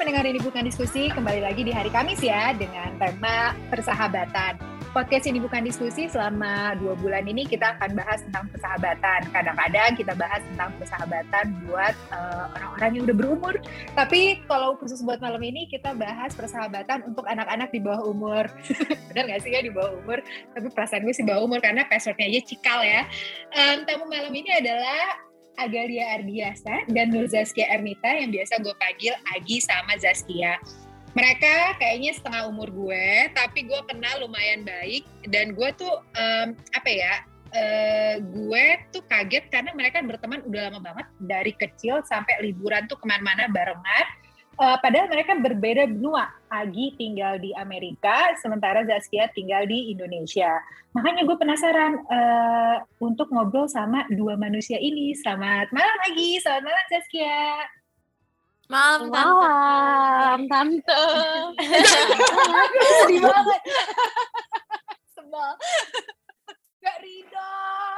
pendengar Ini Bukan Diskusi, kembali lagi di hari Kamis ya dengan tema persahabatan. Podcast Ini Bukan Diskusi selama 2 bulan ini kita akan bahas tentang persahabatan. Kadang-kadang kita bahas tentang persahabatan buat orang-orang yang udah berumur. Tapi kalau khusus buat malam ini kita bahas persahabatan untuk anak-anak di bawah umur. Benar nggak sih ya di bawah umur? Tapi perasaan gue sih bawah umur karena passwordnya aja cikal ya. Tamu malam ini adalah Agalia Ardiasa dan Nur Zaskia Ernita yang biasa gue panggil Agi sama Zaskia. Mereka kayaknya setengah umur gue, tapi gue kenal lumayan baik dan gue tuh gue tuh kaget karena mereka berteman udah lama banget dari kecil sampai liburan tuh kemana-mana barengan. Padahal mereka berbeda benua. Agi tinggal di Amerika, sementara Zaskia tinggal di Indonesia. Makanya gue penasaran untuk ngobrol sama dua manusia ini. Selamat malam Agi, selamat malam Zaskia. Malam, Tante. Sedih banget. Sebel. Gak ridho.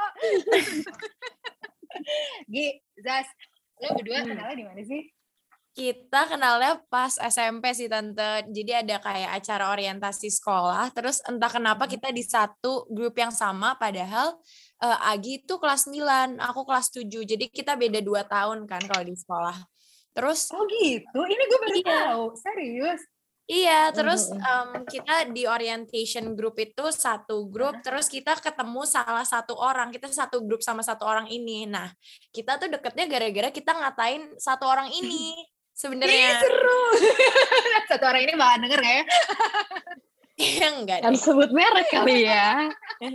Gi, Zas, lo berdua kenalnya di mana sih? Kita kenalnya pas SMP sih Tante. Jadi ada kayak acara orientasi sekolah. Terus entah kenapa kita di satu grup yang sama. Padahal Agi itu kelas 9, aku kelas 7. Jadi kita beda 2 tahun kan kalau di sekolah. Terus oh gitu? Ini gue baru tahu. Serius? Iya, terus kita di orientation group itu satu grup, terus kita ketemu salah satu orang, kita satu grup sama satu orang ini. Nah, kita tuh deketnya gara-gara kita ngatain satu orang ini. Sebenarnya seru. Satu orang ini bakal denger gak ya? Iya enggak. Kan sebut merek kali ya.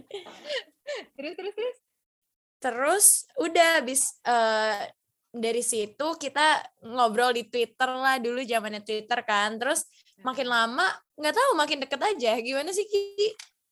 Terus udah habis dari situ kita ngobrol di Twitter lah, dulu zamannya Twitter kan. Terus makin lama nggak tahu makin deket aja. Gimana sih Ki?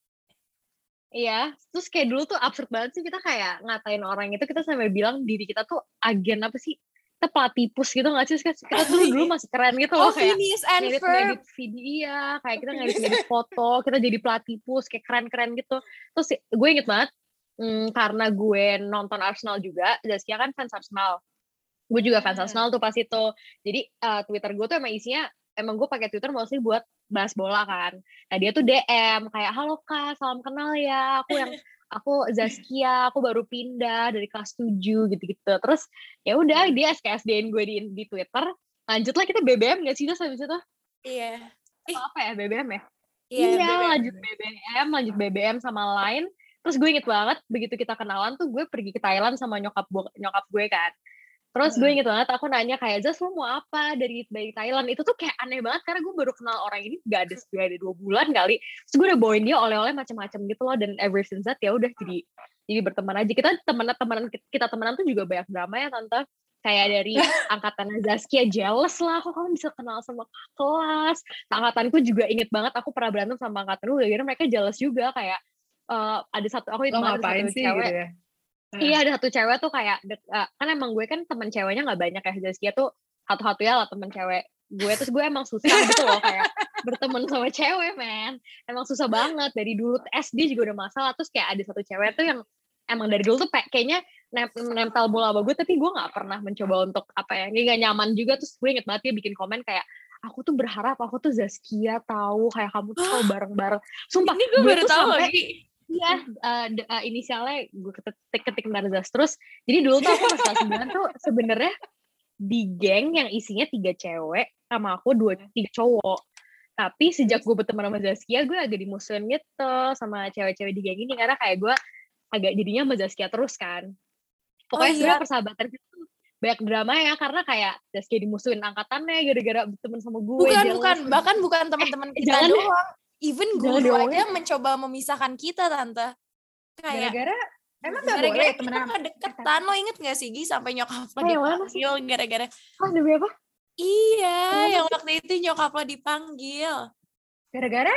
Iya, terus kayak dulu tuh absurd banget sih kita kayak ngatain orang itu, kita sampai bilang diri kita tuh agen apa sih? Kita pelatipus gitu nggak sih? Kita tuh dulu masih keren gitu loh, kayak ngedit video, kayak kita ngedit foto, kita jadi pelatipus, kayak keren-keren gitu. Terus gue inget banget, karena gue nonton Arsenal juga, Zaskia kan fans Arsenal, gue juga fans Arsenal tuh pas itu. Jadi Twitter gue tuh emang isinya, emang gue pakai Twitter mostly buat bahas bola kan. Nah dia tuh DM kayak, halo Kak, salam kenal ya, aku Zaskia, aku baru pindah dari kelas 7 gitu-gitu. Terus ya udah dia SKSD-in gue di Twitter. Lanjutlah kita BBM nggak sih habis itu? Iya. Apa ya BBM ya? Iya, lanjut BBM sama lain. Terus gue inget banget begitu kita kenalan tuh gue pergi ke Thailand sama nyokap gue kan. Terus gue inget banget aku nanya kayak, Zas lo mau apa dari Thailand? Itu tuh kayak aneh banget karena gue baru kenal orang ini gak ada 2 bulan kali. Terus gue udah bawain dia oleh-oleh macam-macam gitu loh, dan ever since that ya udah jadi berteman aja. Kita temenan tuh juga banyak drama ya Tante. Kayak dari angkatan Zaskia jealous lah, kok kamu bisa kenal sama kelas. Angkatanku juga inget banget aku pernah berantem sama angkatan gue, gara-gara mereka jealous juga kayak ada satu, aku inget banget ada satu cewek. Gitu ya? Iya, ada satu cewek tuh kayak kan emang gue kan temen ceweknya nggak banyak ya, Zaskia tuh satu-satunya lah temen cewek gue. Terus gue emang susah gitu loh kayak berteman sama cewek, men. Emang susah banget dari dulu SD juga udah masalah. Terus kayak ada satu cewek tuh yang emang dari dulu tuh kayaknya nempel bola sama gue, tapi gue nggak pernah mencoba untuk nggak nyaman juga. Terus gue inget banget dia bikin komen kayak, aku tuh berharap aku tuh Zaskia tahu kayak kamu tuh bareng-bareng. Sumpah, ini gue baru tahu lagi. Iya, inisialnya gue ketik Narzas. Terus jadi dulu tuh aku pas kelas 9 tuh sebenarnya di geng yang isinya 3 cewek sama aku 3 cowok. Tapi sejak gue berteman sama Zaskia, gue agak dimusuhin gitu sama cewek-cewek di geng ini, karena kayak gue agak jadinya sama Zaskia terus kan. Pokoknya sebenarnya persahabatan itu banyak drama ya, karena kayak Zaskia dimusuhin angkatannya gara-gara berteman sama gue. Bahkan bukan teman-teman kita doang. Even guru aja mencoba memisahkan kita, Tante. Kayak gara-gara emang gak boleh temenan. Kita deketan, lo inget gak sih Gi sampai nyokap lo dipanggil gara-gara. Demi apa? Iya, yang waktu itu nyokap lo dipanggil. Gara-gara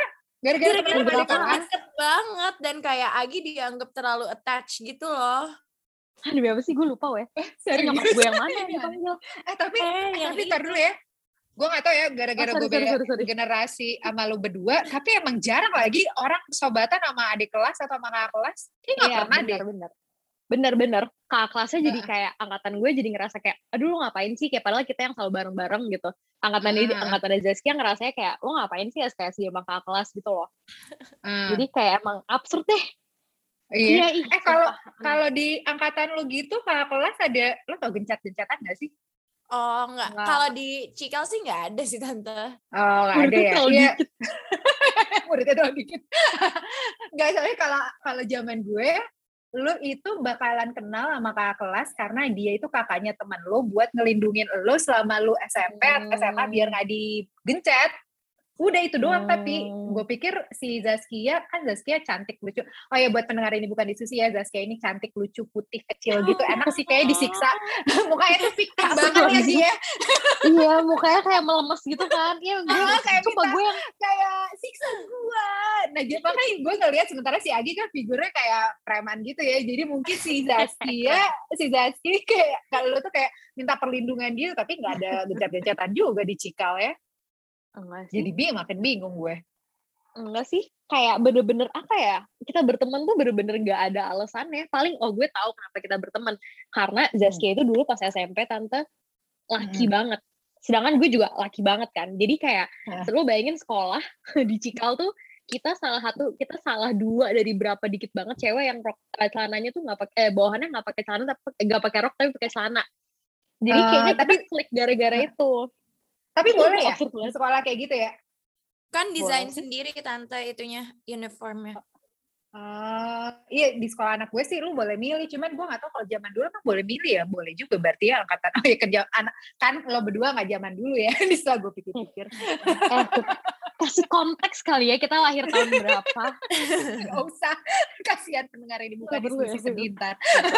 deket banget, dan kayak Agi dianggap terlalu attached gitu loh. Demi apa sih, gue lupa weh. Nyokap gue yang mana yang dipanggil? Tapi ntar dulu ya. Gue gak tau ya, gara-gara gue beda generasi sama lo berdua, tapi emang jarang lagi orang sobatan sama adik kelas atau sama kakak kelas. Ini gak pernah deh. Bener. Kakak kelasnya jadi kayak angkatan gue jadi ngerasa kayak, aduh lo ngapain sih? Kayak padahal kita yang selalu bareng-bareng gitu. angkatan Zaskia ngerasanya kayak lo ngapain sih SKSD sama kakak kelas gitu loh. Jadi kayak emang absurd deh. Iya. Kalau di angkatan lu gitu kakak kelas ada, lo tau gencatan nggak sih? Oh enggak. Kalau di Cikal sih nggak ada sih tante. Oh nggak ada ya. Iya. Muridnya terlalu dikit. Nggak, soalnya kalau zaman gue, lu itu bakalan kenal sama kakak kelas karena dia itu kakaknya teman lu buat ngelindungin lu selama lu SMP atau SMA biar nggak digencet. Udah itu doang. Tapi gue pikir si Zaskia cantik lucu. Oh ya, buat pendengar ini bukan diskusi ya, Zaskia ini cantik lucu putih kecil gitu, enak sih kayak disiksa. Mukanya tuh victim banget ya sih ya. Iya, mukanya kayak melemes gitu kan. Iya, gue kayak gue yang kayak siksa gue. Nah, jadi makanya gue ngeliat sementara si Agi kan figurnya kayak preman gitu ya. Jadi mungkin si Zaskia kayak kalau lu tuh kayak minta perlindungan gitu, tapi nggak ada gencet-gencetan juga di Cikal ya. Enggak sih. Jadi makin bingung gue. Enggak sih, kayak bener-bener apa ya, kita berteman tuh bener-bener gak ada alasannya. Paling gue tahu kenapa kita berteman, karena Zaskia itu dulu pas SMP tante laki banget, sedangkan gue juga laki banget kan. Jadi kayak lu bayangin sekolah di Cikal tuh kita salah 2 dari berapa dikit banget cewek yang celananya tuh nggak pakai bawahannya nggak pakai celana, tapi nggak pakai rok tapi pakai celana. Jadi kayaknya kita klik gara-gara itu. Tapi boleh ya sekolah kayak gitu ya? Kan desain sendiri tante itunya, uniformnya. Iya, di sekolah anak gue sih lu boleh milih, cuman gue nggak tahu kalau zaman dulu kan boleh milih ya. Boleh juga berarti ya angkatan kerja anak kan lo berdua nggak zaman dulu ya. Di setelah gue pikir-pikir. Kasih konteks kali ya, kita lahir tahun berapa? Gak usah, kasihan pendengar ini bukan diskusi sebentar.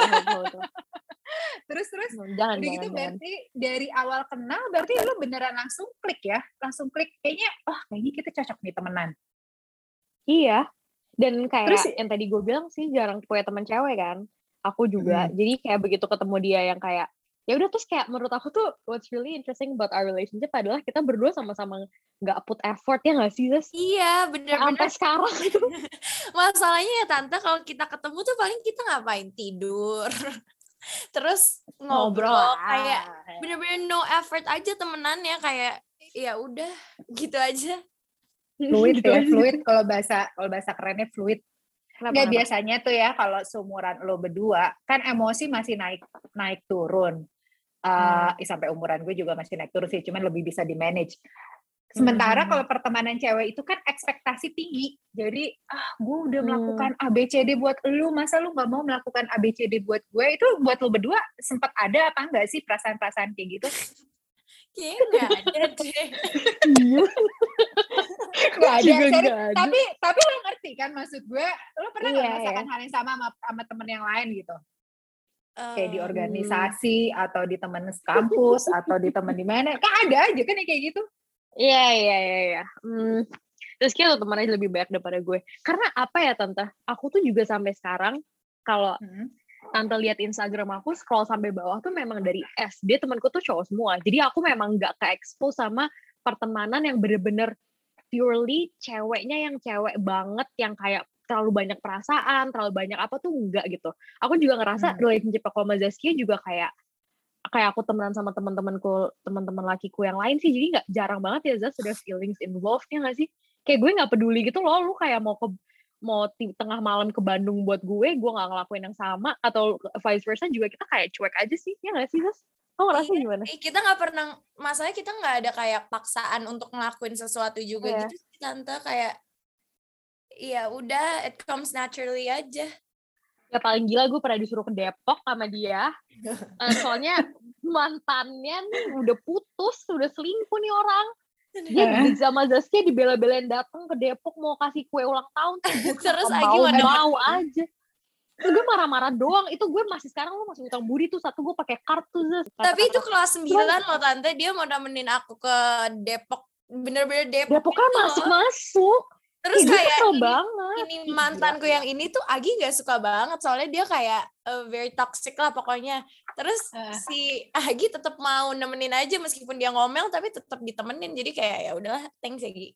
Terus jangan, gitu berarti dari awal kenal berarti lu beneran langsung klik kayaknya kayaknya kita cocok nih temenan. Iya, dan kayak yang tadi gue bilang sih jarang punya teman cewek kan, aku juga. Jadi kayak begitu ketemu dia yang kayak ya udah, terus kayak menurut aku tuh what's really interesting about our relationship adalah kita berdua sama-sama nggak put effort, ya nggak sih Zas? Iya, bener-bener. Sampai sekarang itu. Masalahnya ya tante, kalau kita ketemu tuh paling kita ngapain, tidur. Terus ngobrol kayak bener-bener no effort aja temenannya, kayak ya udah gitu aja. Fluid ya, fluid kalau bahasa kerennya fluid. Nggak, biasanya tuh ya kalau seumuran lo berdua kan emosi masih naik turun. Sampai umuran gue juga masih naik turun sih, cuman lebih bisa di manage. Sementara kalau pertemanan cewek itu kan ekspektasi tinggi. Jadi, gue udah melakukan ABCD buat lu, masa lu gak mau melakukan ABCD buat gue? Itu buat lu berdua sempat ada apa enggak sih perasaan-perasaan kayak gitu? Kayaknya gak ada deh. Gak ada. Tapi lo ngerti kan maksud gue? Lo pernah gak merasakan hal yang sama sama temen yang lain gitu? Kayak di organisasi, atau di temen kampus, atau di temen di mana? Kan ada aja kan yang kayak gitu. Iya. Terus kayak lo temannya lebih banyak daripada gue. Karena apa ya tante? Aku tuh juga sampai sekarang kalau tante lihat Instagram aku scroll sampai bawah tuh memang dari SD temanku tuh cowok semua. Jadi aku memang nggak ke-expose sama pertemanan yang bener-bener purely ceweknya yang cewek banget, yang kayak terlalu banyak perasaan, terlalu banyak apa tuh enggak gitu. Aku juga ngerasa relationship aku sama Zaskia juga kayak aku temenan sama teman-teman lakiku yang lain sih, jadi nggak jarang banget ya Zaz ada feelings involved, ya nggak sih? Kayak gue nggak peduli gitu loh, lu kayak mau tengah malam ke Bandung buat gue nggak ngelakuin yang sama, atau vice versa juga kita kayak cuek aja sih, ya nggak sih Zaz? Kamu ngerasa gimana? Kita nggak pernah, masalahnya kita nggak ada kayak paksaan untuk ngelakuin sesuatu juga gitu sih tante, kayak ya udah it comes naturally aja. Ya paling gila gue pernah disuruh ke Depok sama dia. Soalnya mantannya nih udah putus, udah selingkuh nih orang. Dia sama Zaskia dibela-belain datang ke Depok mau kasih kue ulang tahun. Terus mau aja. Terus gue marah-marah doang. Itu gue sekarang lo masih utang budi tuh. Satu gue pakai kartu. Tapi itu kelas 9 loh tante, dia mau nemenin aku ke Depok. Bener-bener Depok. Depok kan masuk. Terus kayak ini mantanku yang ini tuh Agi gak suka banget, soalnya dia kayak very toxic lah pokoknya. Terus si Agi tetap mau nemenin aja meskipun dia ngomel, tapi tetap ditemenin. Jadi kayak ya udahlah, thanks Agi.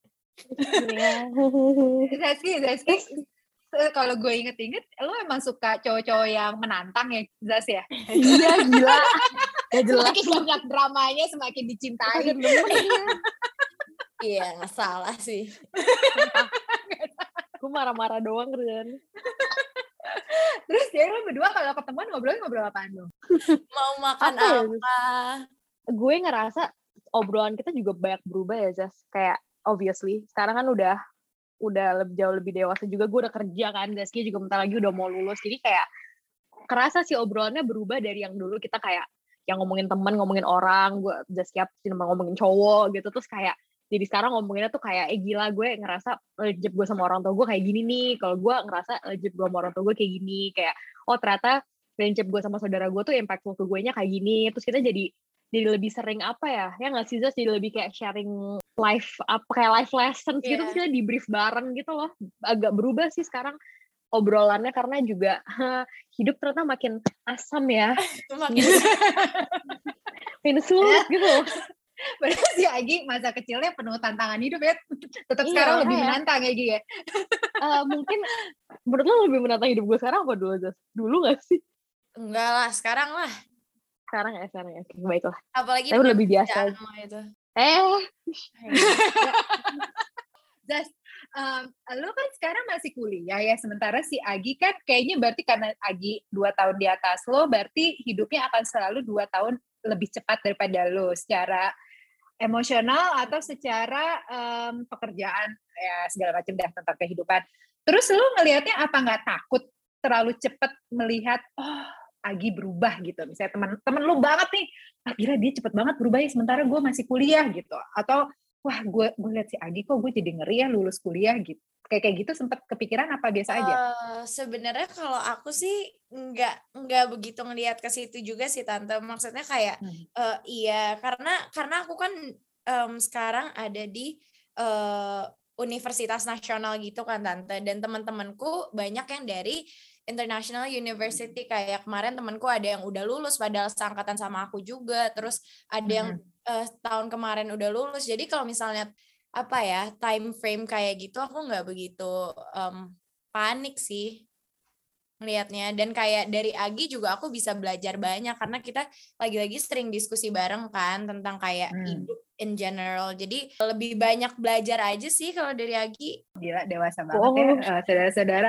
Zaski, kalau gue inget-inget, lo emang suka cowok-cowok yang menantang ya, Zas ya? Iya, gila. Gak jelas. Semakin banyak dramanya semakin dicintai. Iya, nggak salah sih. Gue marah-marah doang kerjaan. Terus ya lo berdua kalau ketemuan ngobrol apaan dong? Mau makan Apa ya, apa? Gue ngerasa obrolan kita juga banyak berubah ya, Zaz. Kayak obviously sekarang kan udah jauh lebih dewasa juga. Gue udah kerja kan, Zaskia juga bentar lagi udah mau lulus. Jadi kayak kerasa sih obrolannya berubah dari yang dulu kita kayak yang ngomongin teman, ngomongin orang. Gue Zaskia cuma ngomongin cowok gitu. Terus kayak jadi sekarang ngomonginnya tuh kayak gila, gue ngerasa legit gue sama orang tua gue kayak gini nih. Kalau gue ngerasa legit gue sama orang tua gue kayak gini. Kayak oh ternyata friendship gue sama saudara gue tuh impactful ke gue nya kayak gini. Terus kita jadi lebih sering apa ya nggak sih, Zaz? Jadi lebih kayak sharing life lessons gitu. Terus kita di brief bareng gitu loh. Agak berubah sih sekarang obrolannya karena juga hidup ternyata makin asam ya. Makin sulit gitu loh. Padahal si Agi masa kecilnya penuh tantangan hidup ya. Tetap sekarang lebih menantang ya Gi ya. Mungkin menurut lo lebih menantang hidup gue sekarang apa dulu, Zaz? Dulu gak sih? Enggak lah, sekarang lah. Sekarang ya. Oke, baiklah. Apalagi tapi lebih biasa itu. Zaz, lo kan sekarang masih kuliah ya, sementara si Agi kan kayaknya berarti karena Agi 2 tahun di atas lo, berarti hidupnya akan selalu 2 tahun lebih cepat daripada lo secara emosional atau secara pekerjaan ya segala macam dah tentang kehidupan. Terus lo ngelihatnya apa nggak takut terlalu cepat melihat Agi berubah gitu, misalnya teman lo banget nih, gila dia cepet banget berubah ya, sementara gue masih kuliah gitu, atau wah gue lihat si Agi kok gue jadi ngeri ya lulus kuliah gitu, kayak gitu sempat kepikiran apa biasa aja? Sebenarnya kalau aku sih nggak begitu ngelihat ke situ juga sih Tante, maksudnya kayak iya karena aku kan sekarang ada di universitas nasional gitu kan Tante, dan teman-temanku banyak yang dari international university, kayak kemarin temanku ada yang udah lulus padahal seangkatan sama aku juga, terus ada yang tahun kemarin udah lulus. Jadi kalau misalnya apa ya time frame kayak gitu aku nggak begitu panik sih melihatnya. Dan kayak dari Agi juga aku bisa belajar banyak karena kita lagi-lagi sering diskusi bareng kan tentang kayak hidup in general. Jadi lebih banyak belajar aja sih kalau dari Agi. Gila dewasa banget ya saudara-saudara.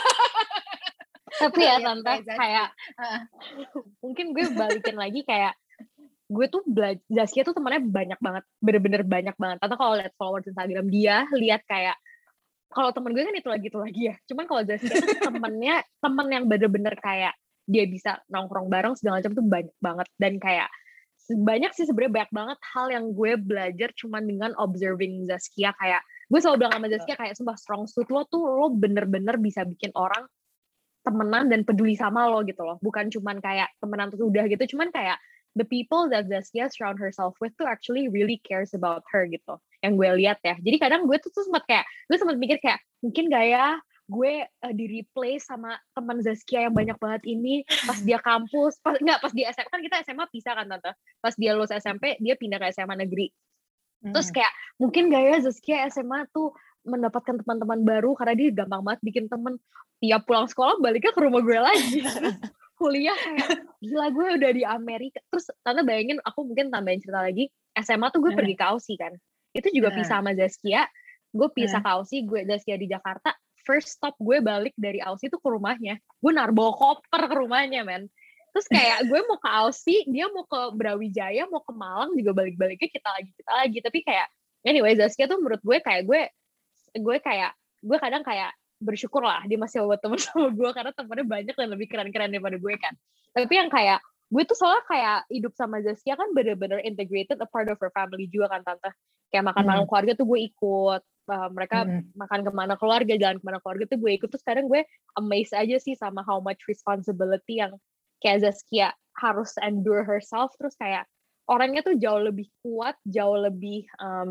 Tapi ya Tante kayak mungkin gue balikin lagi kayak gue tuh Zaskia tuh temannya banyak banget, bener-bener banyak banget. Tante kalau lihat followers Instagram dia, lihat kayak kalau temen gue kan itu lagi ya. Cuman kalau Zaskia tuh temen yang bener-bener kayak dia bisa nongkrong bareng segala macam tuh banyak banget. Dan kayak banyak sih sebenarnya banyak banget hal yang gue belajar cuman dengan observing Zaskia. Kayak gue selalu bilang sama Zaskia kayak sumpah strong suit lo tuh lo bener-bener bisa bikin orang temenan dan peduli sama lo gitu loh. Bukan cuman kayak temenan terus udah gitu, cuman kayak the people that Zaskia surround herself with tuh actually really cares about her gitu. Yang gue lihat ya. Jadi kadang gue tuh sempat mikir kayak mungkin gak ya gue di replace sama teman Zaskia yang banyak banget ini pas dia kampus, pas di SMA kan kita SMA pisah kan Tante. Pas dia lulus SMP dia pindah ke SMA negeri. Terus kayak mungkin gak ya Zaskia SMA tuh mendapatkan teman-teman baru karena dia gampang banget bikin temen. Tiap pulang sekolah baliknya ke rumah gue lagi. Kuliah kayak gila gue udah di Amerika. Terus Tante bayangin aku mungkin tambahin cerita lagi, SMA tuh gue pergi ke Aussie kan. Itu juga pisah sama Zaskia. Gue pisah ke Aussie, Zaskia di Jakarta. First stop gue balik dari Aussie tuh ke rumahnya. Gue bawa koper ke rumahnya men. Terus kayak gue mau ke Aussie, dia mau ke Brawijaya, mau ke Malang juga balik-baliknya kita lagi. Tapi kayak anyway Zaskia tuh menurut gue kayak gue kadang kayak bersyukur lah dia masih buat temen sama gue karena temennya banyak dan lebih keren-keren daripada gue kan. Tapi yang kayak gue tuh soalnya kayak hidup sama Zaskia kan bener-bener integrated a part of her family juga kan Tante. Kayak makan malam keluarga tuh gue ikut, mereka makan kemana keluarga, jalan kemana keluarga tuh gue ikut. Terus kadang gue amazed aja sih sama how much responsibility yang kayak Zaskia harus endure herself. Terus kayak orangnya tuh jauh lebih kuat, jauh lebih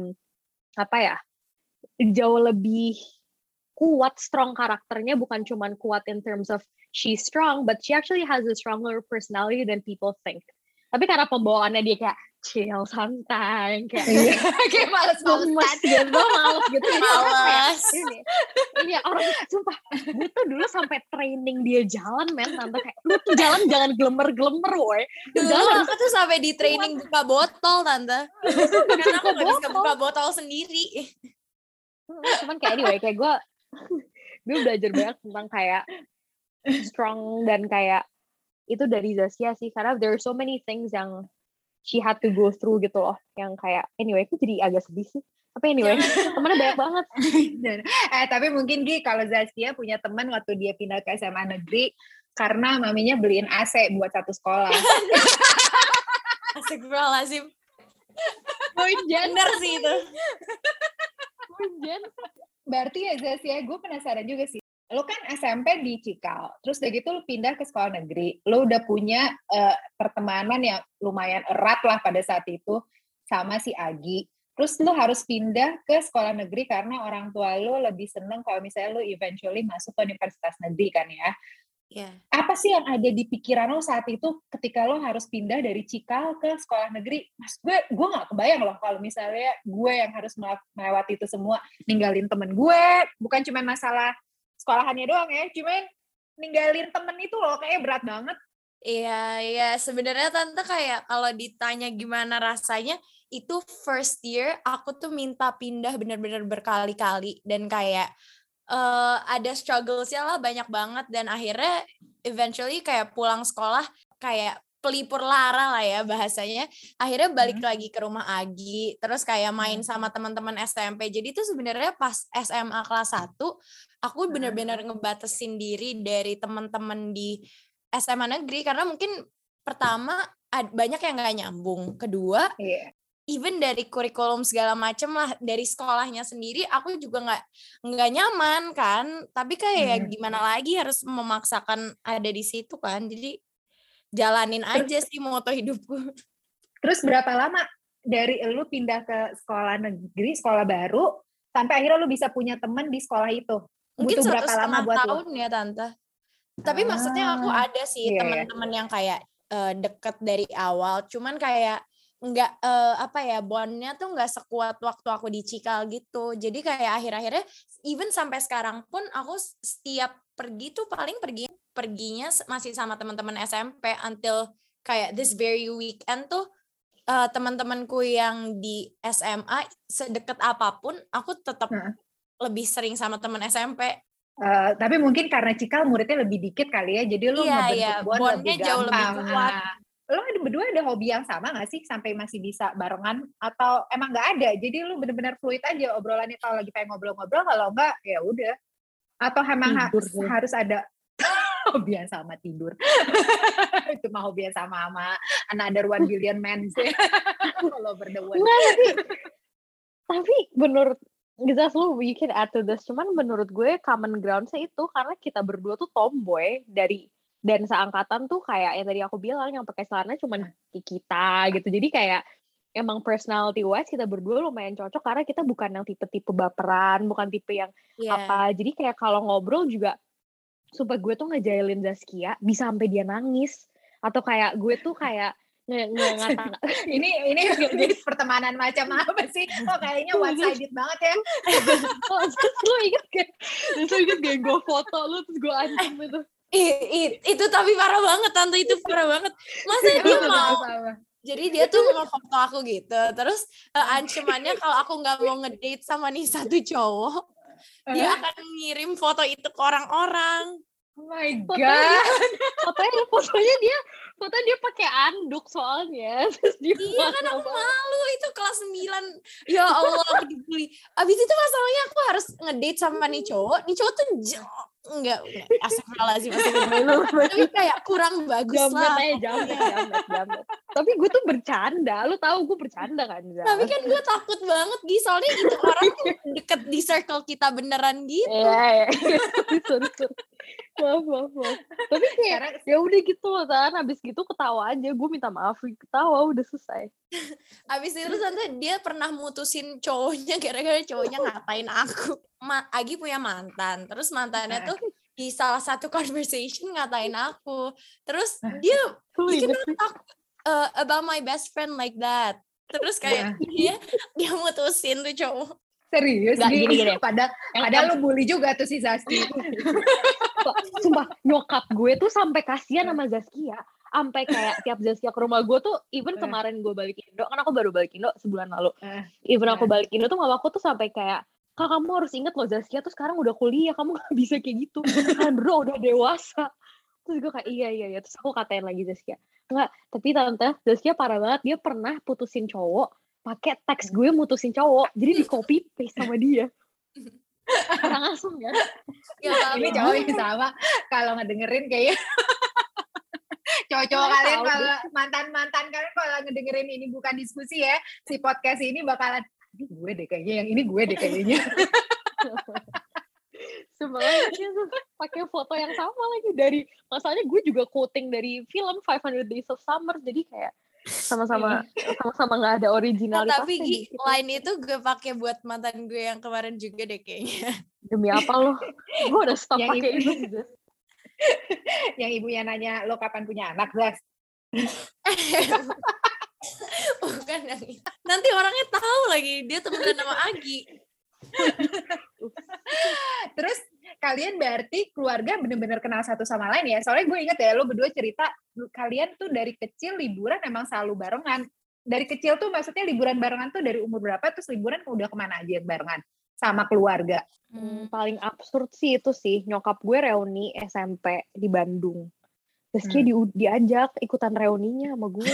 jauh lebih kuat, strong karakternya, bukan cuman kuat in terms of she's strong, but she actually has a stronger personality than people think. Tapi karena pembawaannya dia kayak chill, santai, kayak kayak males-malesan gitu, males gitu. Males. Ini orang, sumpah, gue tuh dulu sampai training dia jalan, men, tante, kayak, lu tuh jalan jangan gelemer-gelemer, woy. Dulu aku tuh sampai di training buka botol, tante. Karena aku gak bisa buka botol sendiri. Cuman kayak anyway, kayak gue belajar banyak tentang kayak strong dan kayak itu dari Zaskia sih, karena there are so many things yang she had to go through gitu loh, yang kayak anyway aku jadi agak sedih sih, tapi anyway temennya banyak banget. Tapi mungkin Gi, kalau Zaskia punya teman waktu dia pindah ke SMA negeri karena maminya beliin AC buat satu sekolah. Astagfirullahaladzim. Bener sih itu. Berarti ya Zaskia, gue penasaran juga sih. Lo kan SMP di Cikal, terus udah gitu lo pindah ke sekolah negeri. Lo udah punya pertemanan yang lumayan erat lah pada saat itu sama si Agi. Terus lo harus pindah ke sekolah negeri karena orang tua lo lebih seneng kalau misalnya lo eventually masuk ke universitas negeri kan ya. Yeah. Apa sih yang ada di pikiran lo saat itu ketika lo harus pindah dari Cikal ke sekolah negeri? Mas, gue nggak kebayang loh kalau misalnya gue yang harus melewati itu semua, ninggalin temen gue, bukan cuma masalah sekolahannya doang ya, cuman ninggalin temen itu loh kayak berat banget. Iya, sebenarnya tante kayak kalau ditanya gimana rasanya, itu first year aku tuh minta pindah benar-benar berkali-kali dan kayak ada strugglesnya lah banyak banget, dan akhirnya eventually kayak pulang sekolah kayak pelipur lara lah ya bahasanya, akhirnya balik lagi ke rumah Agi, terus kayak main sama teman-teman SMP. Jadi tuh sebenarnya pas SMA kelas 1 aku benar-benar ngebatasin diri dari teman-teman di SMA negeri karena mungkin pertama banyak yang nggak nyambung, kedua even dari kurikulum segala macem lah dari sekolahnya sendiri aku juga nggak nyaman kan, tapi kayak gimana lagi harus memaksakan ada di situ kan, jadi jalanin aja sih moto hidupku. Terus berapa lama dari lu pindah ke sekolah negeri, sekolah baru, sampai akhirnya lu bisa punya teman di sekolah itu? Mungkin butuh berapa lama buat tahun lu? Ya tante. Tapi maksudnya aku ada sih teman-teman yang kayak deket dari awal, cuman kayak nggak bondnya tuh nggak sekuat waktu aku di Cikal gitu. Jadi kayak akhir-akhirnya even sampai sekarang pun aku setiap pergi tuh paling perginya masih sama teman-teman SMP until kayak this very weekend tuh teman-temanku yang di SMA sedekat apapun aku tetap lebih sering sama teman SMP. Tapi mungkin karena Cikal muridnya lebih dikit kali ya, jadi lu ngebentuk bondnya jauh lebih kuat. Lo berdua ada hobi yang sama nggak sih sampai masih bisa barengan, atau emang nggak ada? Jadi lu benar-benar fluid aja obrolannya, kalau lagi pengen ngobrol-ngobrol, kalau enggak ya udah. Atau emang harus ada hobi yang sama, tidur. Itu mah hobi yang sama another 1 billion men sih. Kalau berdua. Tapi menurut Gizas, you can add to this, cuman menurut gue common ground-nya itu karena kita berdua tuh tomboy dan seangkatan tuh kayak yang tadi aku bilang yang pakai celana cuma kita gitu. Jadi kayak emang personality wise kita berdua lumayan cocok karena kita bukan yang tipe-tipe baperan, bukan tipe yang apa. Jadi kayak kalau ngobrol juga sumpah gue tuh ngejailin Zaskia bisa sampai dia nangis, atau kayak gue tuh kayak ini pertemanan macam apa sih? Kayaknya one-sided banget ya. Lu inget gak gue foto lu terus gue ancam itu. Itu tapi parah banget tante, itu parah banget. Masa dia mau? Jadi dia tuh mau foto aku gitu. Terus ancamannya kalau aku nggak mau ngedate sama nih satu cowok, dia akan ngirim foto itu ke orang-orang. Oh my god. Fotonya dia pakai anduk soalnya. Iya kan aku malu, itu kelas 9. Ya Allah, aku dibully. Abis itu masalahnya aku harus ngedate sama nih cowok. Nih cowok tuh enggak astagfirullahaladzim. Tapi kayak kurang bagus lah. Jamet. Tapi gue tuh bercanda. Lu tahu gue bercanda kan? Tapi kan gue takut banget soalnya itu orang tuh deket di circle kita beneran gitu. Iya. Sorry. Maaf. Tapi kayak ya udah gitu kan, habis gitu ketawa aja, gue minta maaf, ketawa udah selesai. Habis itu tante dia pernah mutusin cowoknya gara-gara cowoknya ngatain aku. Agi punya mantan, terus mantannya tuh di salah satu conversation ngatain aku, terus dia bikin about my best friend like that. Terus kayak dia mutusin tuh cowok. Serius? Nggak, gini. Padahal lu bully juga tuh si Zaskia. Sumpah, nyokap gue tuh sampai kasihan sama Zaskia. Sampai kayak tiap Zaskia ke rumah gue tuh, even kemarin gue balik Indo, kan aku baru balik Indo sebulan lalu. Even aku balik Indo tuh mamaku tuh sampai kayak, Kak, kamu harus inget loh Zaskia tuh sekarang udah kuliah, kamu gak bisa kayak gitu. Kalian berdua udah dewasa. Terus gue kayak iya. Terus aku katain lagi Zaskia. Enggak, tapi tante, Zaskia parah banget. Dia pernah putusin cowok, pakai teks gue mutusin cowok. Jadi di copy paste sama dia. Orang asem ya. Ini cowok yang sama. Kalau ngedengerin kayaknya cowok-cowok kalian, kalau mantan-mantan kalian kalau ngedengerin ini bukan diskusi ya, si podcast ini bakalan ini gue deh kayaknya, yang ini gue deh kayaknya. Sebenarnya tuh pakai foto yang sama lagi dari, masalahnya gue juga quoting dari film 500 Days of Summer, jadi kayak sama-sama nggak ada originalitasnya. Tapi gitu. Line itu gue pakai buat mantan gue yang kemarin juga deh kayaknya. Demi apa lo? Gue udah stop pakai itu sih. Yang ibunya nanya lo kapan punya anak, Zas? Bukan yang itu. Nanti orangnya tahu lagi dia temenan sama Agi. Terus kalian berarti keluarga bener-bener kenal satu sama lain ya? Soalnya gue inget ya, lo berdua cerita kalian tuh dari kecil liburan emang selalu barengan. Dari kecil tuh maksudnya liburan barengan tuh dari umur berapa? Terus liburan udah kemana aja barengan sama keluarga? Paling absurd sih itu sih, nyokap gue reuni SMP di Bandung. Terus kayak diajak ikutan reuninya sama gue.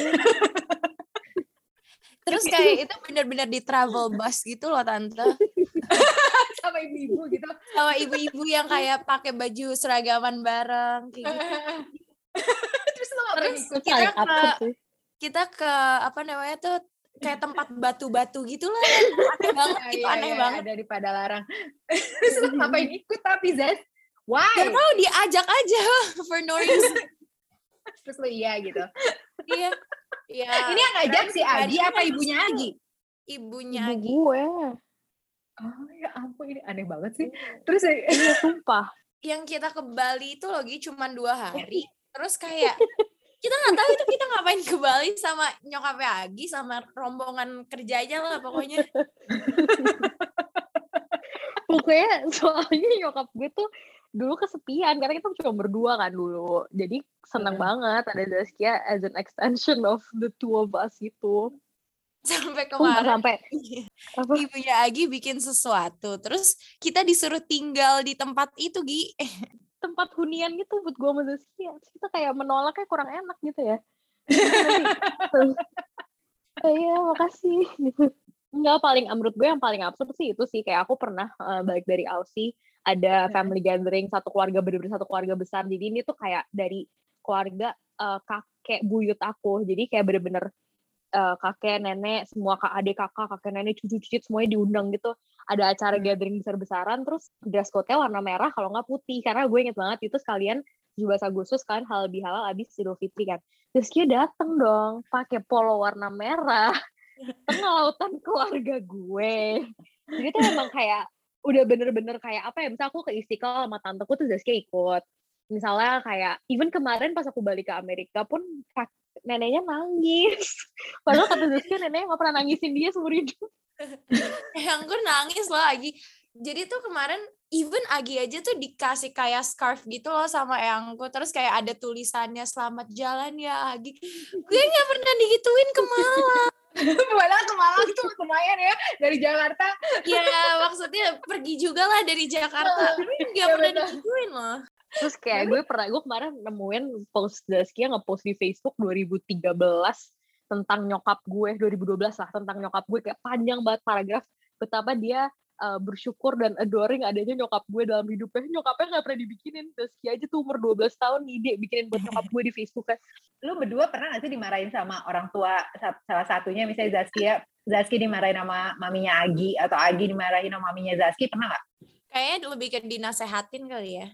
Terus kayak itu benar-benar di travel bus gitu loh tante. Sama ibu-ibu gitu. Sama ibu-ibu yang kayak pakai baju seragaman bareng kayak gitu. Terus lo ngapain ikut? Kita ke apa namanya tuh kayak tempat batu-batu gitu lah. Aneh banget, itu aneh banget. Ada di Padalarang. Terus lo ngapain ikut tapi Zaz? Why? Gak tau, diajak aja for no reason. Terus lo iya gitu. Iya. Ini yang ngajak si Agi apa ibunya Agi? Ibunya Agi. Gue. Oh ya ampun, ini aneh banget sih. Terus sumpah. Yang kita ke Bali itu lagi cuma 2 hari. Terus kayak kita nggak tahu itu kita ngapain ke Bali sama nyokapnya Agi sama rombongan kerja aja lah pokoknya. Pokoknya soalnya nyokap gue tuh dulu kesepian karena kita cuma berdua kan dulu. Jadi senang banget ada Zaskia as an extension of the two of us gitu. Sampai kemarin apa? Ibunya Agi bikin sesuatu. Terus kita disuruh tinggal di tempat itu, Gi. Tempat hunian gitu buat gue sama Zaskia. Kita kayak menolaknya kurang enak gitu ya. Iya, makasih. Enggak, menurut gue yang paling absurd sih itu sih. Kayak aku pernah balik dari Aussie, ada family gathering, satu keluarga besar. Jadi ini tuh kayak dari keluarga kakek buyut aku. Jadi kayak bener-bener kakek, nenek, semua adik kakak, kakek, nenek, cucu-cucu semuanya diundang gitu. Ada acara gathering besar-besaran, terus dress code-nya warna merah kalau nggak putih. Karena gue inget banget itu sekalian 17 Agustus kan halal bihalal abis Idul Fitri kan. Terus dia dateng dong pakai polo warna merah. Tengah lautan keluarga gue. Jadi tuh emang kayak udah bener-bener kayak apa ya, misalnya aku ke Istiqlal sama tanteku tuh Zaskia ikut. Misalnya kayak even kemarin pas aku balik ke Amerika pun neneknya nangis. Padahal kata Zaskia neneknya gak pernah nangisin dia seumur hidup. Yang gue nangis loh Agi. Jadi tuh kemarin even Agi aja tuh dikasih kayak scarf gitu loh sama eyangku. Terus kayak ada tulisannya selamat jalan ya Agi. Gue gak pernah digituin ke Malang. Padahal ke Malang tuh lumayan ya dari Jakarta. Ya maksudnya pergi juga lah dari Jakarta. Tapi gak pernah digituin loh. Terus kayak gue kemarin nemuin post Zaskia nge-post di Facebook 2013 tentang nyokap gue, 2012 lah, tentang nyokap gue, kayak panjang banget paragraf betapa dia bersyukur dan adoring adanya nyokap gue dalam hidupnya. Nyokapnya gak pernah dibikinin. Zaskia aja tuh umur 12 tahun ide bikinin buat nyokap gue di Facebook kan. Lu berdua pernah gak sih dimarahin sama orang tua? Salah satunya misalnya Zaskia dimarahin sama maminya Agi, atau Agi dimarahin sama maminya Zaskia, pernah gak? Kayaknya lebih ke dinasehatin kali ya.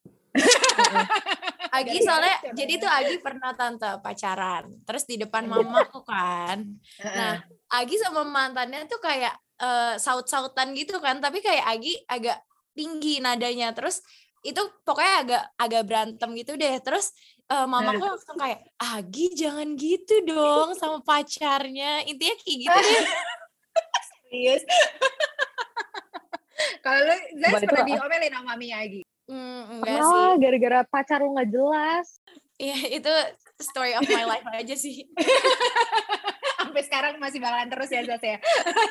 Agi soalnya jadi tuh Agi pernah tante pacaran terus di depan mamaku kan. Nah Agi sama mantannya tuh kayak saut-sautan gitu kan, tapi kayak Agi agak tinggi nadanya, terus itu pokoknya agak berantem gitu deh. Terus mamaku langsung kayak, Agi jangan gitu dong sama pacarnya. Intinya kayak gitu deh. Serius. Kalau lu, Zaz, Coba itu pernah diomelin sama maminya Agi? Enggak Pernah sih. lah, gara-gara pacar lu nggak jelas. Iya, itu story of my life aja sih. Sampai sekarang masih bakalan terus ya, Zaz ya.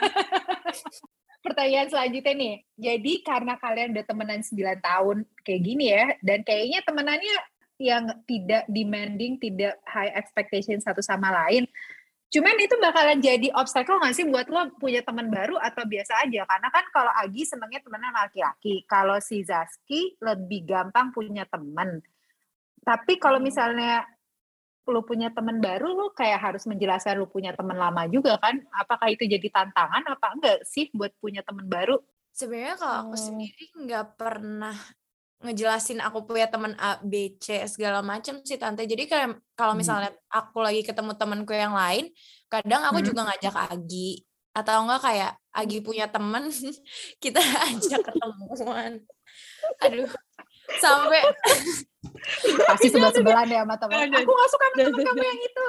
Pertanyaan selanjutnya nih. Jadi karena kalian udah temenan 9 tahun kayak gini ya, dan kayaknya temenannya yang tidak demanding, tidak high expectation satu sama lain, cuman itu bakalan jadi obstacle nggak sih buat lo punya teman baru atau biasa aja? Karena kan kalau Agi senengnya temenan sama laki-laki, kalau si Zaski lebih gampang punya teman. Tapi kalau misalnya lo punya teman baru, lo kayak harus menjelaskan lo punya teman lama juga kan? Apakah itu jadi tantangan apa enggak sih buat punya teman baru? Sebenarnya kalau aku sendiri nggak pernah ngejelasin aku punya teman A, B, C segala macam sih tante. Jadi kayak kalau misalnya aku lagi ketemu temanku yang lain, kadang aku juga ngajak Agi atau enggak kayak Agi punya teman, kita ajak ketemuan. Aduh, sampai Pasti sebelah-sebelahan ya sama teman. Aku nggak suka sama teman kamu yang itu.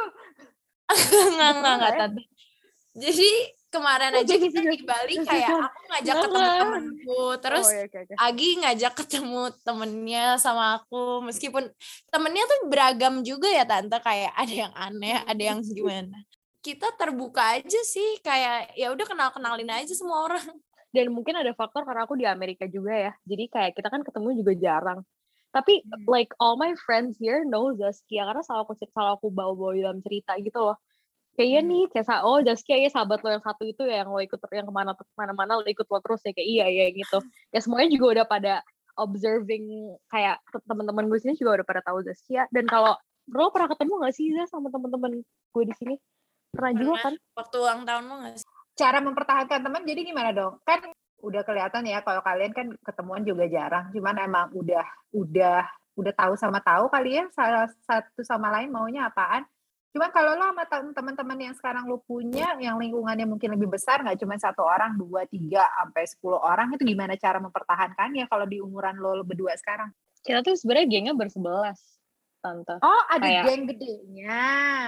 enggak tante. Jadi kemarin aja kita di Bali kayak aku ngajak ketemu temenku, terus Agi ngajak ketemu temennya sama aku, meskipun temennya tuh beragam juga ya tante, kayak ada yang aneh, ada yang gimana. Kita terbuka aja sih, kayak ya udah kenalin aja semua orang. Dan mungkin ada faktor karena aku di Amerika juga ya, jadi kayak kita kan ketemu juga jarang. Tapi like all my friends here know Zaskia karena selalu aku bawa-bawa dalam cerita gitu loh. Kayaknya nih kayak Zaskia ya sahabat lo yang satu itu ya, yang lo ikut yang kemana-mana lo ikut lo terus ya, kayak iya gitu. Ya semuanya juga udah pada observing, kayak teman-teman gue sini juga udah pada tahu Zaskia. Dan kalau lo pernah ketemu nggak sih Zaz sama teman-teman gue di sini? Pernah juga kan? Waktu ulang tahun lo nggak sih? Cara mempertahankan teman jadi gimana dong? Kan udah kelihatan ya kalau kalian kan ketemuan juga jarang, cuman emang udah tahu sama tahu kali ya salah satu sama lain maunya apaan. Cuman kalau lo sama teman-teman yang sekarang lo punya, yang lingkungannya mungkin lebih besar, nggak cuma 1 orang, 2, 3, sampai 10 orang, itu gimana cara mempertahankannya kalau di umuran lo berdua sekarang? Kita tuh sebenarnya gengnya ber-11, tante. Oh, ada geng gedenya.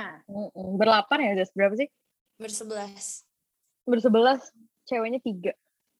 Ber-8 ya, Zaz? Berapa sih? Ber-11. Ber-11, ceweknya 3.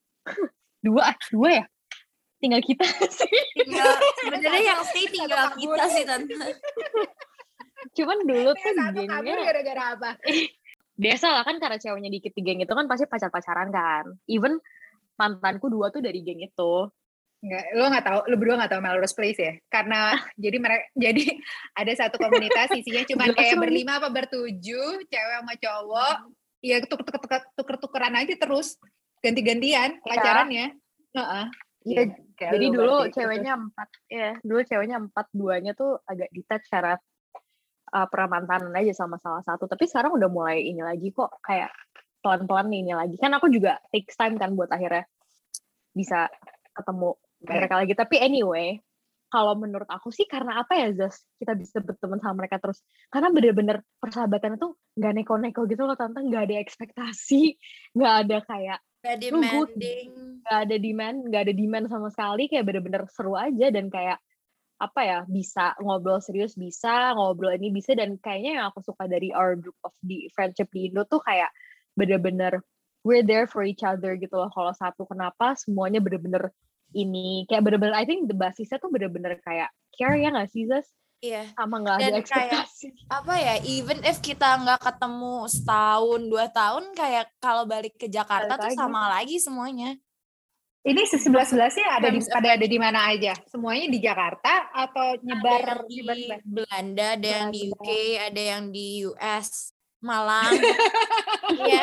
2 ya? Tinggal kita sih. Sebenarnya yang stay tinggal kita sih tante. Cuman dulu tuh gengnya gara-gara apa? Biasa lah kan, karena ceweknya dikit di geng itu kan pasti pacar-pacaran kan. Even mantanku 2 tuh dari geng itu. Enggak, lo berdua nggak tahu Melrose Place ya? Karena jadi ada satu komunitas isinya cuma kayak ber-5 apa ber-7, cewek sama cowok, ya tuker-tukeran aja terus, ganti-gantian pacarannya. Iya, jadi dulu ceweknya 4 ya. Dulu ceweknya 4, 2-nya tuh agak detach karena pernah mantanan aja sama salah satu. Tapi sekarang udah mulai ini lagi kok, kayak pelan-pelan ini lagi. Kan aku juga takes time kan buat akhirnya bisa ketemu mereka lagi. Tapi anyway, kalau menurut aku sih karena apa ya Zaz, kita bisa berteman sama mereka terus. Karena bener-bener persahabatan itu gak neko-neko gitu loh tante, gak ada ekspektasi, gak ada kayak gak demanding, gak ada demand sama sekali, kayak bener-bener seru aja. Dan kayak apa ya, bisa ngobrol serius, bisa ngobrol ini bisa. Dan kayaknya yang aku suka dari our group of the friendship di Indo tuh kayak bener-bener we're there for each other gitu loh. Kalau satu kenapa, semuanya bener-bener ini kayak bener-bener, I think the basisnya tuh bener-bener kayak care ya nggak sih Zaz? Iya. Sama nggak ada ekspektasi. Kayak, apa ya, even if kita nggak ketemu setahun 2 tahun, kayak kalau balik ke Jakarta tuh sama lagi semuanya. Ini 11-11-nya ada di mana aja? Semuanya di Jakarta atau nyebar di Belanda, ada yang di UK, ada yang di US, Malang. Iya.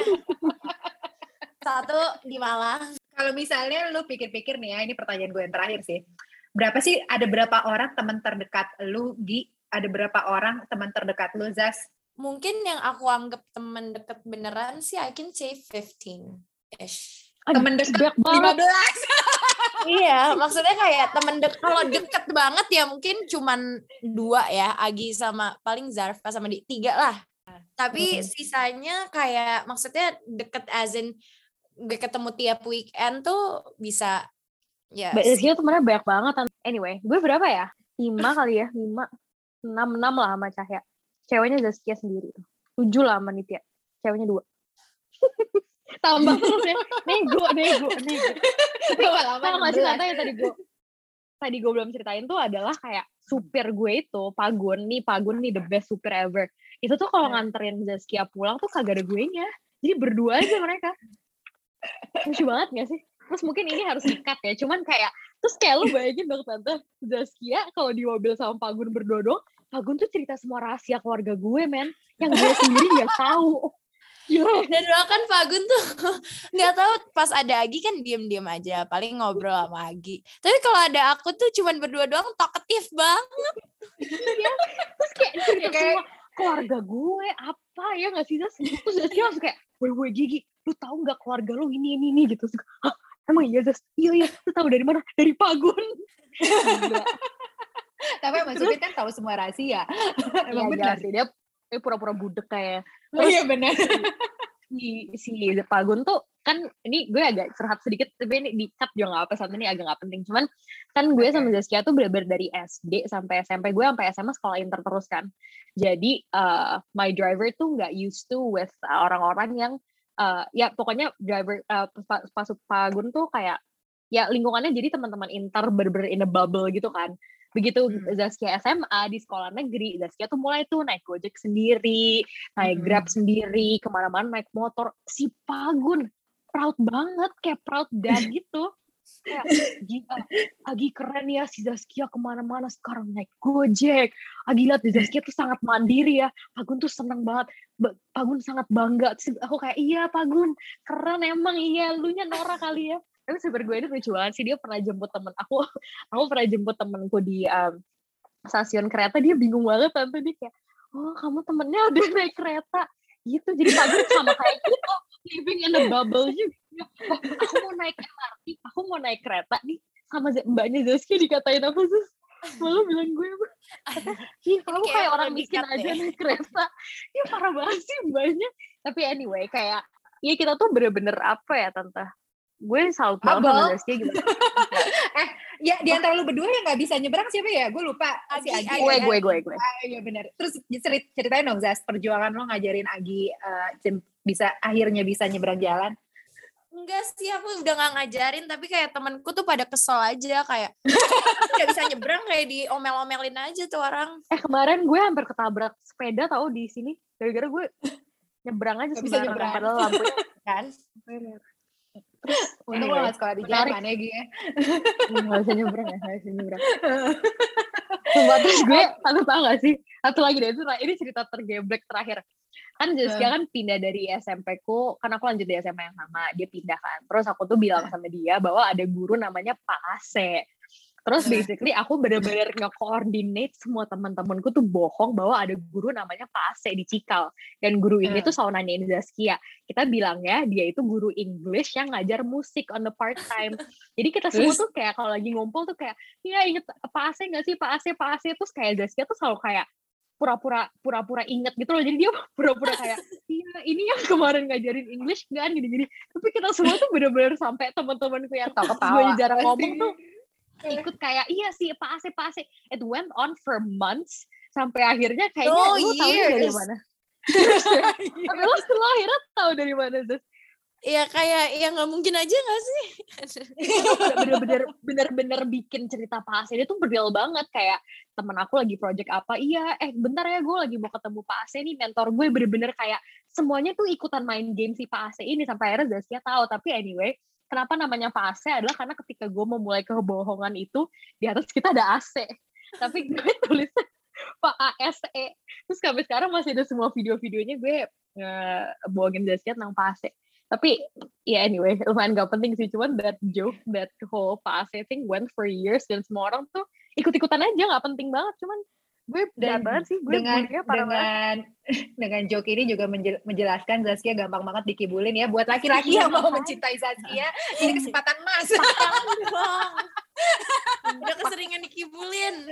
Satu di Malang. Kalau misalnya lu pikir-pikir nih ya, ini pertanyaan gue yang terakhir sih. Ada berapa orang teman terdekat lu, Gi? Ada berapa orang teman terdekat lu, Zaz? Mungkin yang aku anggap teman dekat beneran sih, I can say 15-ish. Temen deket 15. Iya, maksudnya kayak temen kalau deket banget ya mungkin cuman 2 ya, Agi sama paling Zarfa sama 3 lah. Tapi sisanya kayak maksudnya deket as in gue ketemu tiap weekend tuh bisa ya. Sebenarnya temennya banyak banget. Anyway, gue berapa ya? 5 kali ya, 5 6 lah sama Cahya. Ceweknya Zaskia sendiri. 7 lah sama Nitya. Ceweknya 2. Tambah terus ya. Nego. Tapi tau gak sih katanya tadi gue belum ceritain tuh adalah kayak supir gue itu, Pagun nih the best supir ever. Itu tuh kalau nganterin Zaskia pulang tuh kagak ada guenya. Jadi berdua aja mereka. Lucu banget gak sih? Terus mungkin ini harus di-cut ya. Cuman kayak, terus kayak lu bayangin dong Tante, Zaskia kalau di mobil sama Pagun berdua dong, Pagun tuh cerita semua rahasia keluarga gue, men. Yang gue sendiri gak tahu. Dan bahkan Fagun tuh nggak tahu pas ada Agi kan diem-diem aja, paling ngobrol sama Agi. Tapi kalau ada aku tuh cuman berdua doang, talkative banget. Iya, terus kayak cerita semua keluarga gue apa ya nggak sih, terus dia langsung kayak, woi Gigi, lu tahu nggak keluarga lu ini gitu. Hah, emang iya Zas? Iya, lu tahu dari mana? Dari Pagun. Tapi maksudnya kan tahu semua rahasia. Emang benar sih, dia pura-pura budek kayak. Iya benar. Si Pagun tuh kan, ini gue agak curhat sedikit, tapi ini di-cut juga nggak apa, saat ini agak nggak penting. Cuman kan gue sama Zaskia tuh bener-bener dari SD sampai SMP, gue sampai SMA sekolah inter terus kan. Jadi my driver tuh nggak used to with orang-orang yang ya pokoknya driver pas Pagun tuh kayak ya lingkungannya jadi teman-teman inter bener-bener in a bubble gitu kan. Begitu Zaskia SMA di sekolah negeri, Zaskia tuh mulai tuh naik Gojek sendiri, naik Grab sendiri, kemana-mana naik motor. Si Pagun proud banget, kayak proud dad gitu. Kayak, Agi keren ya si Zaskia kemana-mana sekarang naik Gojek. Agi lihat Zaskia tuh sangat mandiri ya. Pagun tuh seneng banget. Pagun sangat bangga. Terus aku kayak, iya Pagun, keren emang, iya, lu nya Nora kali ya. Tapi super gue ini lucu banget sih, dia pernah jemput temen aku pernah jemput temenku di stasiun kereta, dia bingung banget Tante, dia kayak, oh kamu temennya udah naik kereta gitu, jadi Pagun sama kayak gitu, living in a bubble juga. Aku mau naik MRT, aku mau naik kereta nih, sama mbaknya Zaskia dikatain apa sih? Malu bilang gue, kamu kayak orang miskin aja naik kereta. Ya parah banget sih mbaknya. Tapi anyway, kayak, ya kita tuh bener-bener apa ya Tante, gue salut banget sama Zaskia gitu. Ya di antara lu berdua yang nggak bisa nyebrang siapa ya? Gue lupa. Si Agi. Gue. Iya benar. Terus ceritain dong Zas, perjuangan lo ngajarin Agi akhirnya bisa nyebrang jalan. Enggak sih, aku udah gak ngajarin, tapi kayak temenku tuh pada kesel aja, kayak gak bisa nyebrang, kayak diomel-omelin aja tuh orang. Kemarin gue hampir ketabrak sepeda tau di sini, gara-gara gue nyebrang aja sembarangan, padahal lampunya kan. Terus untung lo gak sekolah di Jerman ya Gi ya. Gak bisa nyebrang. Sumpah, terus gue, aku tau gak sih, satu lagi deh, ini cerita tergeblek terakhir. Kan Zaskia kan pindah dari SMP ku, kan aku lanjut di SMA yang sama, dia pindah kan. Terus aku tuh bilang sama dia bahwa ada guru namanya Pak Ase. Terus basically aku bener-bener nge-coordinate semua teman-temanku tuh bohong bahwa ada guru namanya Pak Ase di Cikal. Dan guru ini tuh selalu nanyain Zaskia. Kita bilang ya, dia itu guru English yang ngajar musik on the part time. Jadi kita semua tuh kayak kalau lagi ngumpul tuh kayak, iya inget Pak Ase gak sih, Pak Ase. Terus kayak Zaskia tuh selalu kayak pura-pura inget gitu loh. Jadi dia pura-pura kayak, iya ini yang kemarin ngajarin English kan, gini-gini. Tapi kita semua tuh bener-bener sampai teman-temanku yang gue jarang ngomong tuh ikut kayak, iya sih Pak Ase. It went on for months sampai akhirnya kayaknya lu tahu dari mana? Tapi lu setelah akhirnya tahu dari mana Zaz? Ya kayak ya nggak mungkin aja nggak sih? bener-bener bikin cerita Pak Ase dia tuh real banget. Kayak temen aku lagi project apa, iya bentar ya gue lagi mau ketemu Pak Ase nih, mentor gue. Bener-bener kayak semuanya tuh ikutan main game si Pak Ase ini sampai akhirnya Zaskia tahu. Tapi anyway, kenapa namanya Pak Ase adalah karena ketika gue mau mulai kebohongan itu, di atas kita ada AC, tapi gue tulisnya Pak ASE. Terus sampai sekarang masih ada semua video-videonya gue bohongin Zaskia tentang Pak Ase. Tapi ya anyway, lumayan gak penting sih. Cuman that joke, that whole Pak Ase thing went for years, dan semua orang tuh ikut-ikutan aja, gak penting banget. Cuman gue berat banget sih. Gue dengan joke ini juga menjelaskan Zaskia gampang banget dikibulin ya. Buat laki-laki yang mau mencintai Zaskia, ini kesempatan emas. Udah keseringan dikibulin.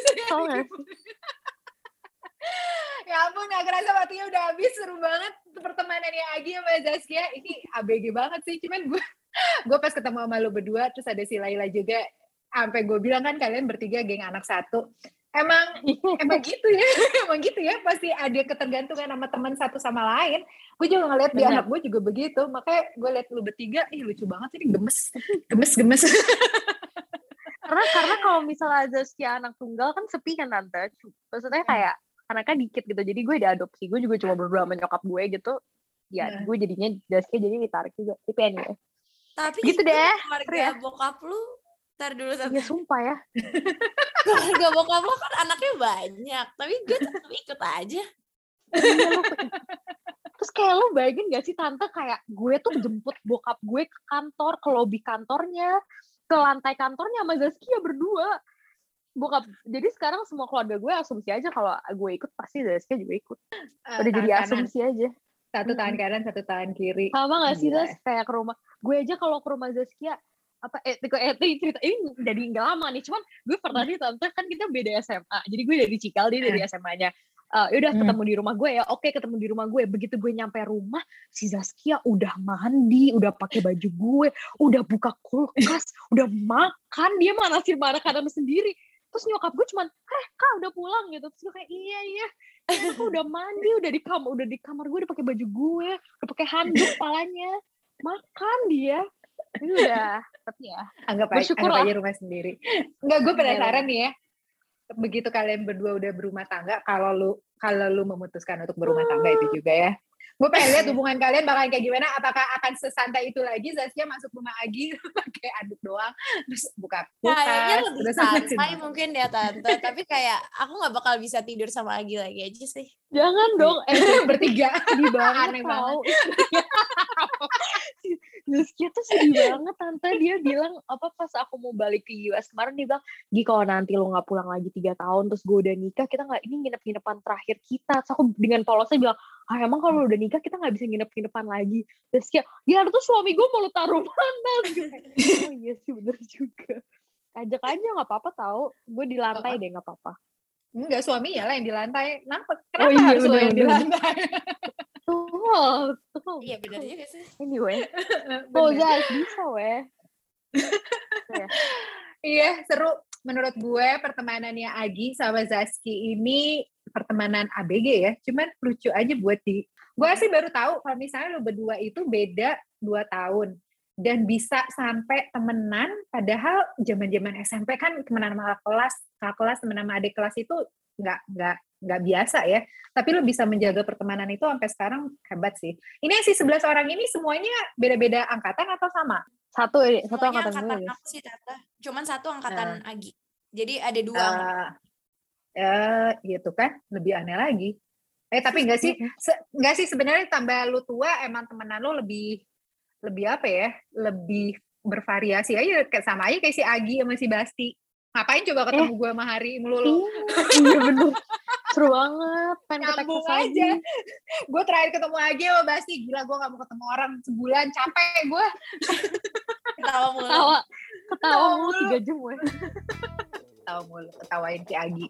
Ya ampun, gak kerasa waktunya udah habis. Seru banget pertemanannya Agi sama Zaskia. Ini ABG banget sih. Cuman gue pas ketemu sama lu berdua, terus ada si Laila juga, sampai gue bilang kan kalian bertiga geng anak satu. Emang gitu ya, emang gitu ya, pasti ada ketergantungan sama teman satu sama lain. Gue juga ngeliat di anak gue juga begitu, makanya gue liat lu bertiga, lucu banget ini, gemes. karena kalau misalnya Zaskia anak tunggal kan sepi kan tante, maksudnya kayak anaknya dikit gitu, jadi gue diadopsi, gue juga cuma berdua sama nyokap gue gitu, ya gue jadinya Zaskia jadi ditarik juga, tapi anyway. Tapi gitu deh, keluarga bokap lu, ntar dulu ya sumpah ya. Keluarga bokap lu kan anaknya banyak, tapi gue tetap ikut aja. Terus kayak lo bayangin gak sih tante, kayak gue tuh jemput bokap gue ke kantor, ke lobi kantornya, ke lantai kantornya sama Zaskia berdua. Bokap, jadi sekarang semua keluarga gue asumsi aja kalau gue ikut pasti Zaskia juga ikut. Udah jadi asumsi aja. Satu tangan kanan, satu tangan kiri. Sama gak sih Zas? Kayak ke rumah gue aja, kalau ke rumah Zaskia cerita ini jadi nggak lama nih, cuman gue pernah nih tante, kan kita beda SMA, jadi gue dari Cikal, dia dari SMA-nya. Yaudah ketemu di rumah gue ya, oke ketemu di rumah gue. Begitu gue nyampe rumah, si Zaskia udah mandi, udah pakai baju gue, udah buka kulkas, udah makan, dia manasin makanan sendiri. Terus nyokap gue cuman, Kak udah pulang gitu. Terus gue kayak iya, aku udah mandi, udah di kamar gue, udah pakai baju gue, udah pakai handuk kepalanya, makan dia. Ini udah, tapi ya anggap aja rumah sendiri. Enggak, gue penasaran nih ya, begitu kalian berdua udah berumah tangga, kalau lu memutuskan untuk berumah tangga itu juga ya, gue pengen lihat hubungan kalian bakal kayak gimana. Apakah akan sesantai itu lagi Zaskia masuk rumah Agi pakai anduk doang, terus buka kulkas? Kayaknya lebih santai mungkin ya tante, tapi kayak aku nggak bakal bisa tidur sama Agi lagi aja sih. Jangan dong, bertiga sedih banget. Aneh banget. Zaskia tuh sedih banget tante, dia bilang pas aku mau balik ke US kemarin, dia bilang, Gi kalau nanti lo nggak pulang lagi 3 tahun terus gue udah nikah, kita nggak, ini nginep-nginepan terakhir kita. Terus aku dengan polosnya bilang, emang kalau udah nikah kita nggak bisa nginep-nginepan lagi. Zaskia, ya tuh suami gue mau lu taruh mana? Oh iya sih, bener juga. Ajak aja, nggak apa-apa tahu, gue di lantai deh, nggak apa-apa. Enggak, suaminya lah yang di lantai. Kenapa iya, harus lo yang di lantai? Tuh. Iya benar juga sih. Anyway, guys bisa weh. Iya, seru. Menurut gue pertemanannya Agi sama Zaski ini pertemanan ABG ya. Cuman lucu aja buat gue sih baru tahu kalau misalnya lo berdua itu beda 2 tahun. Dan bisa sampai temenan, padahal zaman-zaman SMP kan temenan sama kakak kelas, temenan sama adik kelas itu nggak biasa ya. Tapi lo bisa menjaga pertemanan itu sampai sekarang, hebat sih. Ini si 11 orang ini semuanya beda-beda angkatan atau sama? Satu semuanya angkatan gue. Aku sih tante. Cuman 1 angkatan Agi. Jadi ada 2. Gitu kan, lebih aneh lagi. Tapi nggak sih sebenarnya tambah lu tua emang temenan lo lebih apa ya, lebih bervariasi aja, sama aja kayak si Agi sama si Basti. Ngapain coba ketemu gue sama Hari melulu? Iya bener, seru banget, pengen nyambung aja. Gue terakhir ketemu Agi sama Basti, gila gue gak mau ketemu orang sebulan, capek gue. Ketawa mulu 3 jam gue. Ketawain si Agi.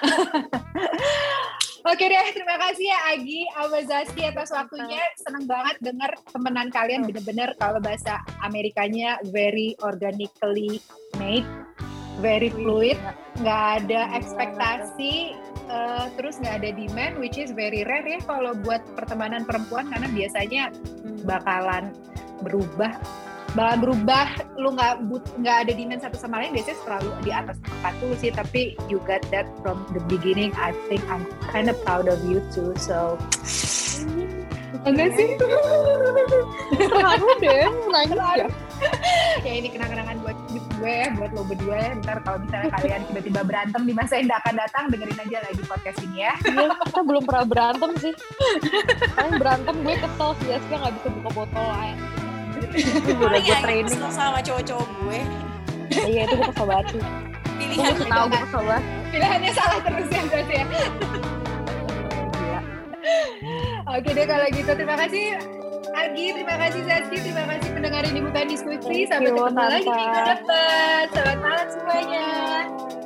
Oke deh, terima kasih ya Agi sama Zaskia atas waktunya. Seneng banget denger temenan kalian, bener-bener kalau bahasa Amerikanya very organically made, very fluid, nggak ada ekspektasi, terus nggak ada demand, which is very rare ya kalau buat pertemanan perempuan, karena biasanya bakalan berubah, lu nggak ada demand satu sama lain, biasanya selalu di atas 40 sih. Tapi you got that from the beginning. I think I'm kind of proud of you too, so enggak sih? Terharu deh, nangis ya. Ya ini kenang-kenangan buat gue ya, buat lo berdua ya. Ntar kalau misalnya kalian tiba-tiba berantem di masa yang akan datang, dengerin aja lagi podcast ini ya. Iya, kita belum pernah berantem sih. Paling berantem gue kesel sih, Zaskia nggak bisa buka botol air. Udah gue training sama cowok-cowok gue. Iya, itu gue kesel banget sih. Pilihan gue tahu gue kesel banget. Pilihannya salah terus ya berarti ya. Gila. Oke deh kalau gitu, terima kasih Agi, terima kasih Zaski, terima kasih pendengar ini bukan diskusi. Sampai ketemu lagi minggu depan. Selamat malam semuanya.